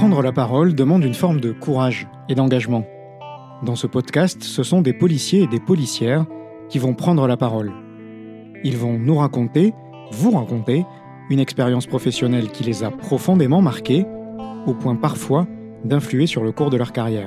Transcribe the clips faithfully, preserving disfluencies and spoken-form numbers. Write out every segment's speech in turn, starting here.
Prendre la parole demande une forme de courage et d'engagement. Dans ce podcast, ce sont des policiers et des policières qui vont prendre la parole. Ils vont nous raconter, vous raconter, une expérience professionnelle qui les a profondément marqués, au point parfois d'influer sur le cours de leur carrière.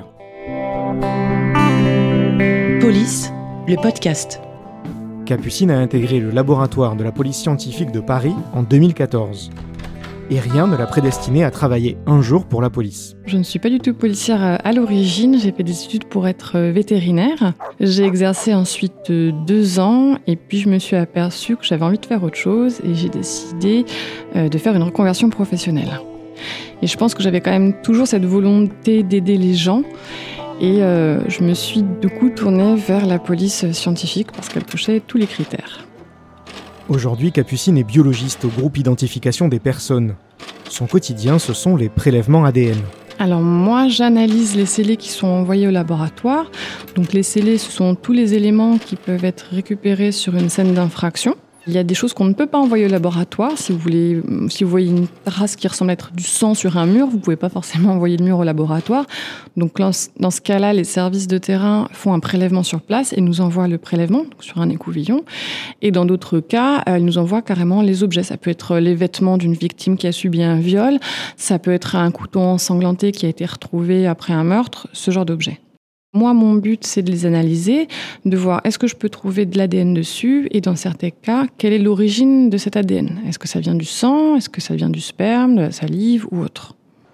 Police, le podcast. Capucine a intégré le laboratoire de la police scientifique de Paris en deux mille quatorze. Et rien ne l'a prédestinée à travailler un jour pour la police. Je ne suis pas du tout policière à l'origine, j'ai fait des études pour être vétérinaire. J'ai exercé ensuite deux ans et puis je me suis aperçue que j'avais envie de faire autre chose et j'ai décidé de faire une reconversion professionnelle. Et je pense que j'avais quand même toujours cette volonté d'aider les gens et euh, je me suis du coup tournée vers la police scientifique parce qu'elle cochait tous les critères. Aujourd'hui, Capucine est biologiste au groupe Identification des personnes. Son quotidien, ce sont les prélèvements A D N. Alors moi, j'analyse les scellés qui sont envoyés au laboratoire. Donc les scellés, ce sont tous les éléments qui peuvent être récupérés sur une scène d'infraction. Il y a des choses qu'on ne peut pas envoyer au laboratoire. Si vous voulez, si vous voyez une trace qui ressemble à être du sang sur un mur, vous ne pouvez pas forcément envoyer le mur au laboratoire. Donc dans ce cas-là, les services de terrain font un prélèvement sur place et nous envoient le prélèvement donc sur un écouvillon. Et dans d'autres cas, ils nous envoient carrément les objets. Ça peut être les vêtements d'une victime qui a subi un viol, ça peut être un couteau ensanglanté qui a été retrouvé après un meurtre, ce genre d'objet. Moi, mon but, c'est de les analyser, de voir est-ce que je peux trouver de l'A D N dessus et dans certains cas, quelle est l'origine de cet A D N ? Est-ce que ça vient du sang ? Est-ce que ça vient du sperme, de la salive ou autre ?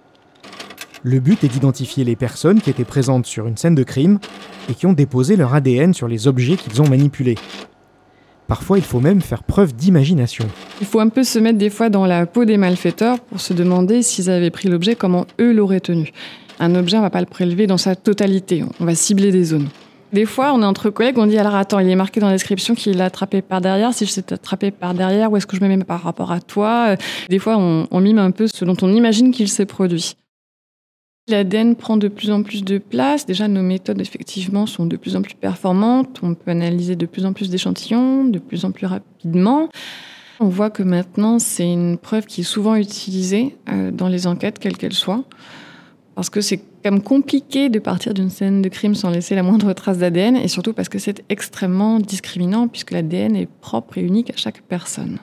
Le but est d'identifier les personnes qui étaient présentes sur une scène de crime et qui ont déposé leur A D N sur les objets qu'ils ont manipulés. Parfois, il faut même faire preuve d'imagination. Il faut un peu se mettre des fois dans la peau des malfaiteurs pour se demander s'ils avaient pris l'objet, comment eux l'auraient tenu. Un objet, on ne va pas le prélever dans sa totalité, on va cibler des zones. Des fois, on est entre collègues, on dit « alors attends, il est marqué dans la description qu'il l'a attrapé par derrière, si je sais t'attraper par derrière, où est-ce que je me mets par rapport à toi ?» Des fois, on, on mime un peu ce dont on imagine qu'il s'est produit. L'A D N prend de plus en plus de place. Déjà, nos méthodes, effectivement, sont de plus en plus performantes. On peut analyser de plus en plus d'échantillons, de plus en plus rapidement. On voit que maintenant, c'est une preuve qui est souvent utilisée euh, dans les enquêtes, quelles qu'elles soient. Parce que c'est quand même compliqué de partir d'une scène de crime sans laisser la moindre trace d'A D N, et surtout parce que c'est extrêmement discriminant, puisque l'A D N est propre et unique à chaque personne.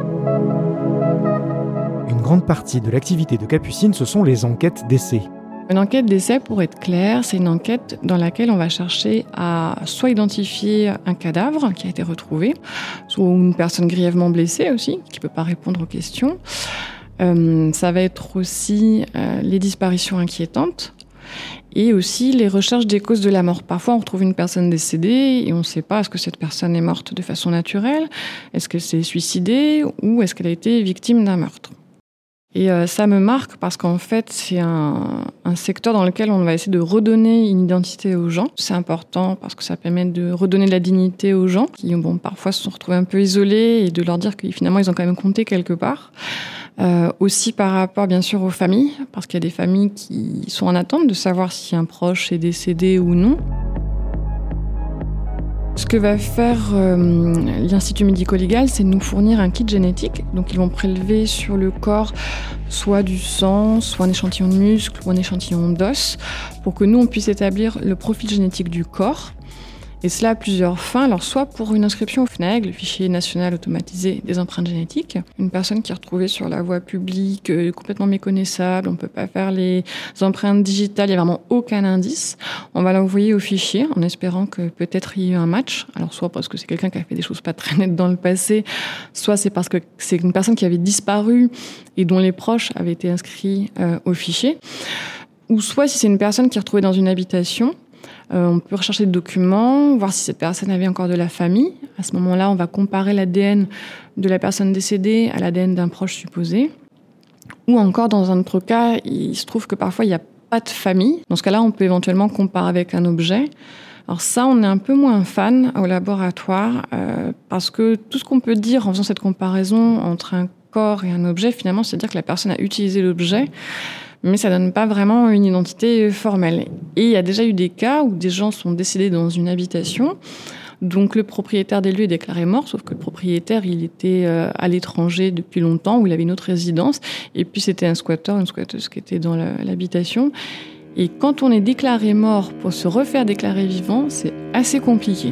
Une grande partie de l'activité de Capucine, ce sont les enquêtes d'essai. Une enquête d'essai, pour être clair, c'est une enquête dans laquelle on va chercher à soit identifier un cadavre qui a été retrouvé, soit une personne grièvement blessée aussi, qui ne peut pas répondre aux questions. Euh, ça va être aussi euh, les disparitions inquiétantes et aussi les recherches des causes de la mort. Parfois, on retrouve une personne décédée et on ne sait pas est-ce que cette personne est morte de façon naturelle, est-ce qu'elle s'est suicidée ou est-ce qu'elle a été victime d'un meurtre. Et euh, ça me marque parce qu'en fait, c'est un, un secteur dans lequel on va essayer de redonner une identité aux gens. C'est important parce que ça permet de redonner de la dignité aux gens qui, bon, parfois se sont retrouvés un peu isolés et de leur dire que finalement, ils ont quand même compté quelque part. Euh, aussi par rapport bien sûr aux familles, parce qu'il y a des familles qui sont en attente de savoir si un proche est décédé ou non. Ce que va faire euh, l'Institut médico-légal, c'est nous fournir un kit génétique. Donc ils vont prélever sur le corps soit du sang, soit un échantillon de muscle ou un échantillon d'os, pour que nous on puisse établir le profil génétique du corps. Et cela à plusieurs fins, alors soit pour une inscription au FNAEG, le fichier national automatisé des empreintes génétiques, une personne qui est retrouvée sur la voie publique, euh, complètement méconnaissable, on ne peut pas faire les empreintes digitales, il n'y a vraiment aucun indice, on va l'envoyer au fichier en espérant que peut-être il y ait eu un match, alors soit parce que c'est quelqu'un qui a fait des choses pas très nettes dans le passé, soit c'est parce que c'est une personne qui avait disparu et dont les proches avaient été inscrits euh, au fichier, ou soit si c'est une personne qui est retrouvée dans une habitation. Euh, on peut rechercher des documents, voir si cette personne avait encore de la famille. À ce moment-là, on va comparer l'A D N de la personne décédée à l'A D N d'un proche supposé. Ou encore, dans un autre cas, il se trouve que parfois, il n'y a pas de famille. Dans ce cas-là, on peut éventuellement comparer avec un objet. Alors ça, on est un peu moins fan au laboratoire euh, parce que tout ce qu'on peut dire en faisant cette comparaison entre un corps et un objet, finalement, c'est dire que la personne a utilisé l'objet, mais ça donne pas vraiment une identité formelle. Et il y a déjà eu des cas où des gens sont décédés dans une habitation. Donc le propriétaire des lieux est déclaré mort, sauf que le propriétaire, il était euh, à l'étranger depuis longtemps, où il avait une autre résidence. Et puis c'était un squatteur, une squatteuse qui était dans la, l'habitation. Et quand on est déclaré mort pour se refaire déclarer vivant, c'est assez compliqué.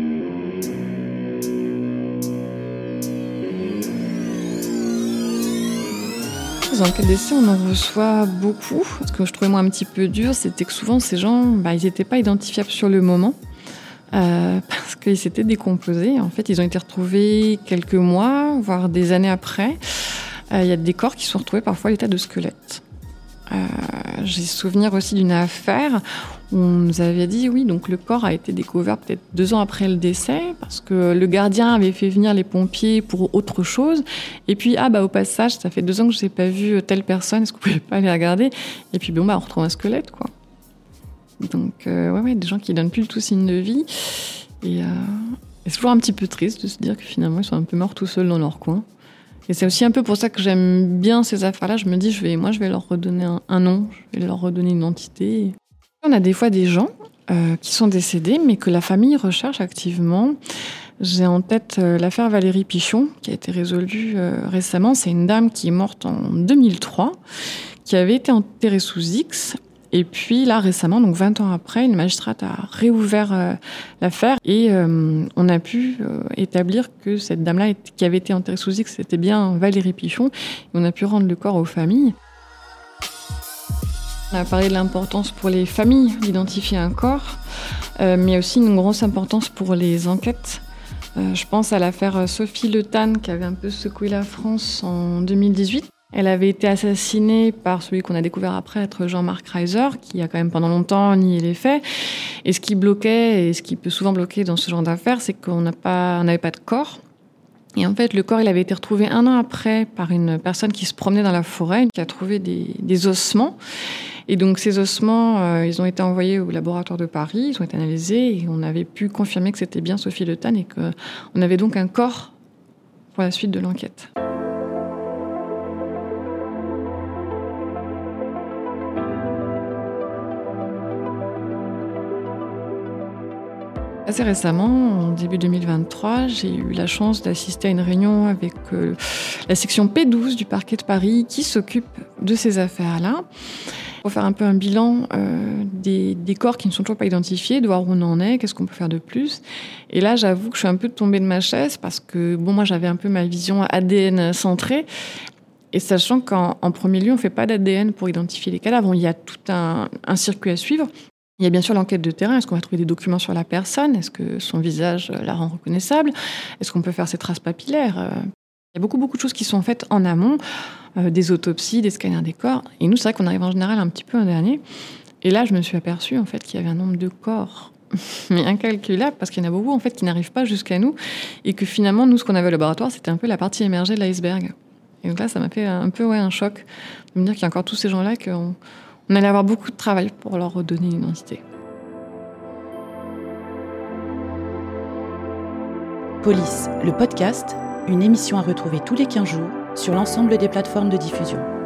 Les enquêtes décès, on en reçoit beaucoup. Ce que je trouvais moi un petit peu dur, c'était que souvent ces gens, bah, ils n'étaient pas identifiables sur le moment. Euh, parce qu'ils s'étaient décomposés. En fait, ils ont été retrouvés quelques mois, voire des années après. Il euh, y a des corps qui sont retrouvés parfois à l'état de squelette. Euh, j'ai souvenir aussi d'une affaire où on nous avait dit, oui, donc le corps a été découvert peut-être deux ans après le décès, parce que le gardien avait fait venir les pompiers pour autre chose. Et puis, ah bah au passage, ça fait deux ans que je n'ai pas vu telle personne, est-ce que vous pouvez pas aller regarder ? Et puis, bon, bah on retrouve un squelette, quoi. Donc, euh, ouais, ouais, des gens qui donnent plus du tout signe de vie. Et, euh, et c'est toujours un petit peu triste de se dire que finalement, ils sont un peu morts tout seuls dans leur coin. Et c'est aussi un peu pour ça que j'aime bien ces affaires-là. Je me dis, je vais, moi, je vais leur redonner un, un nom, je vais leur redonner une identité. On a des fois des gens euh, qui sont décédés, mais que la famille recherche activement. J'ai en tête euh, l'affaire Valérie Pichon, qui a été résolue euh, récemment. C'est une dame qui est morte en deux mille trois, qui avait été enterrée sous X. Et puis là, récemment, donc vingt ans après, une magistrate a réouvert euh, l'affaire et euh, on a pu euh, établir que cette dame-là, qui avait été enterrée sous X, c'était bien Valérie Pichon. Et on a pu rendre le corps aux familles. On a parlé de l'importance pour les familles d'identifier un corps, euh, mais aussi une grosse importance pour les enquêtes. Euh, je pense à l'affaire Sophie Le Tan, qui avait un peu secoué la France en deux mille dix-huit. Elle avait été assassinée par celui qu'on a découvert après être Jean-Marc Reiser, qui a quand même pendant longtemps nié les faits. Et ce qui bloquait, et ce qui peut souvent bloquer dans ce genre d'affaires, c'est qu'on n'a pas, on n'avait pas de corps. Et en fait, le corps, il avait été retrouvé un an après par une personne qui se promenait dans la forêt, qui a trouvé des, des ossements. Et donc, ces ossements, euh, ils ont été envoyés au laboratoire de Paris, ils ont été analysés, et on avait pu confirmer que c'était bien Sophie Le Tan et qu'on avait donc un corps pour la suite de l'enquête. Assez récemment, en début deux mille vingt-trois, j'ai eu la chance d'assister à une réunion avec euh, la section P douze du parquet de Paris qui s'occupe de ces affaires-là, pour faire un peu un bilan euh, des, des corps qui ne sont toujours pas identifiés, de voir où on en est, qu'est-ce qu'on peut faire de plus. Et là, j'avoue que je suis un peu tombée de ma chaise parce que, bon, moi, j'avais un peu ma vision A D N centrée. Et sachant qu'en en premier lieu, on ne fait pas d'A D N pour identifier les cadavres, il y a tout un, un circuit à suivre. Il y a bien sûr l'enquête de terrain. Est-ce qu'on va trouver des documents sur la personne ? Est-ce que son visage la rend reconnaissable ? Est-ce qu'on peut faire ses traces papillaires ? Il y a beaucoup, beaucoup de choses qui sont faites en amont, euh, des autopsies, des scanners des corps. Et nous, c'est vrai qu'on arrive en général un petit peu en dernier. Et là, je me suis aperçue en fait, qu'il y avait un nombre de corps mais incalculable, parce qu'il y en a beaucoup en fait, qui n'arrivent pas jusqu'à nous. Et que finalement, nous, ce qu'on avait au laboratoire, c'était un peu la partie émergée de l'iceberg. Et donc là, ça m'a fait un peu ouais, un choc de me dire qu'il y a encore tous ces gens-là qu'on... On allait avoir beaucoup de travail pour leur redonner une identité. Police, le podcast, une émission à retrouver tous les quinze jours sur l'ensemble des plateformes de diffusion.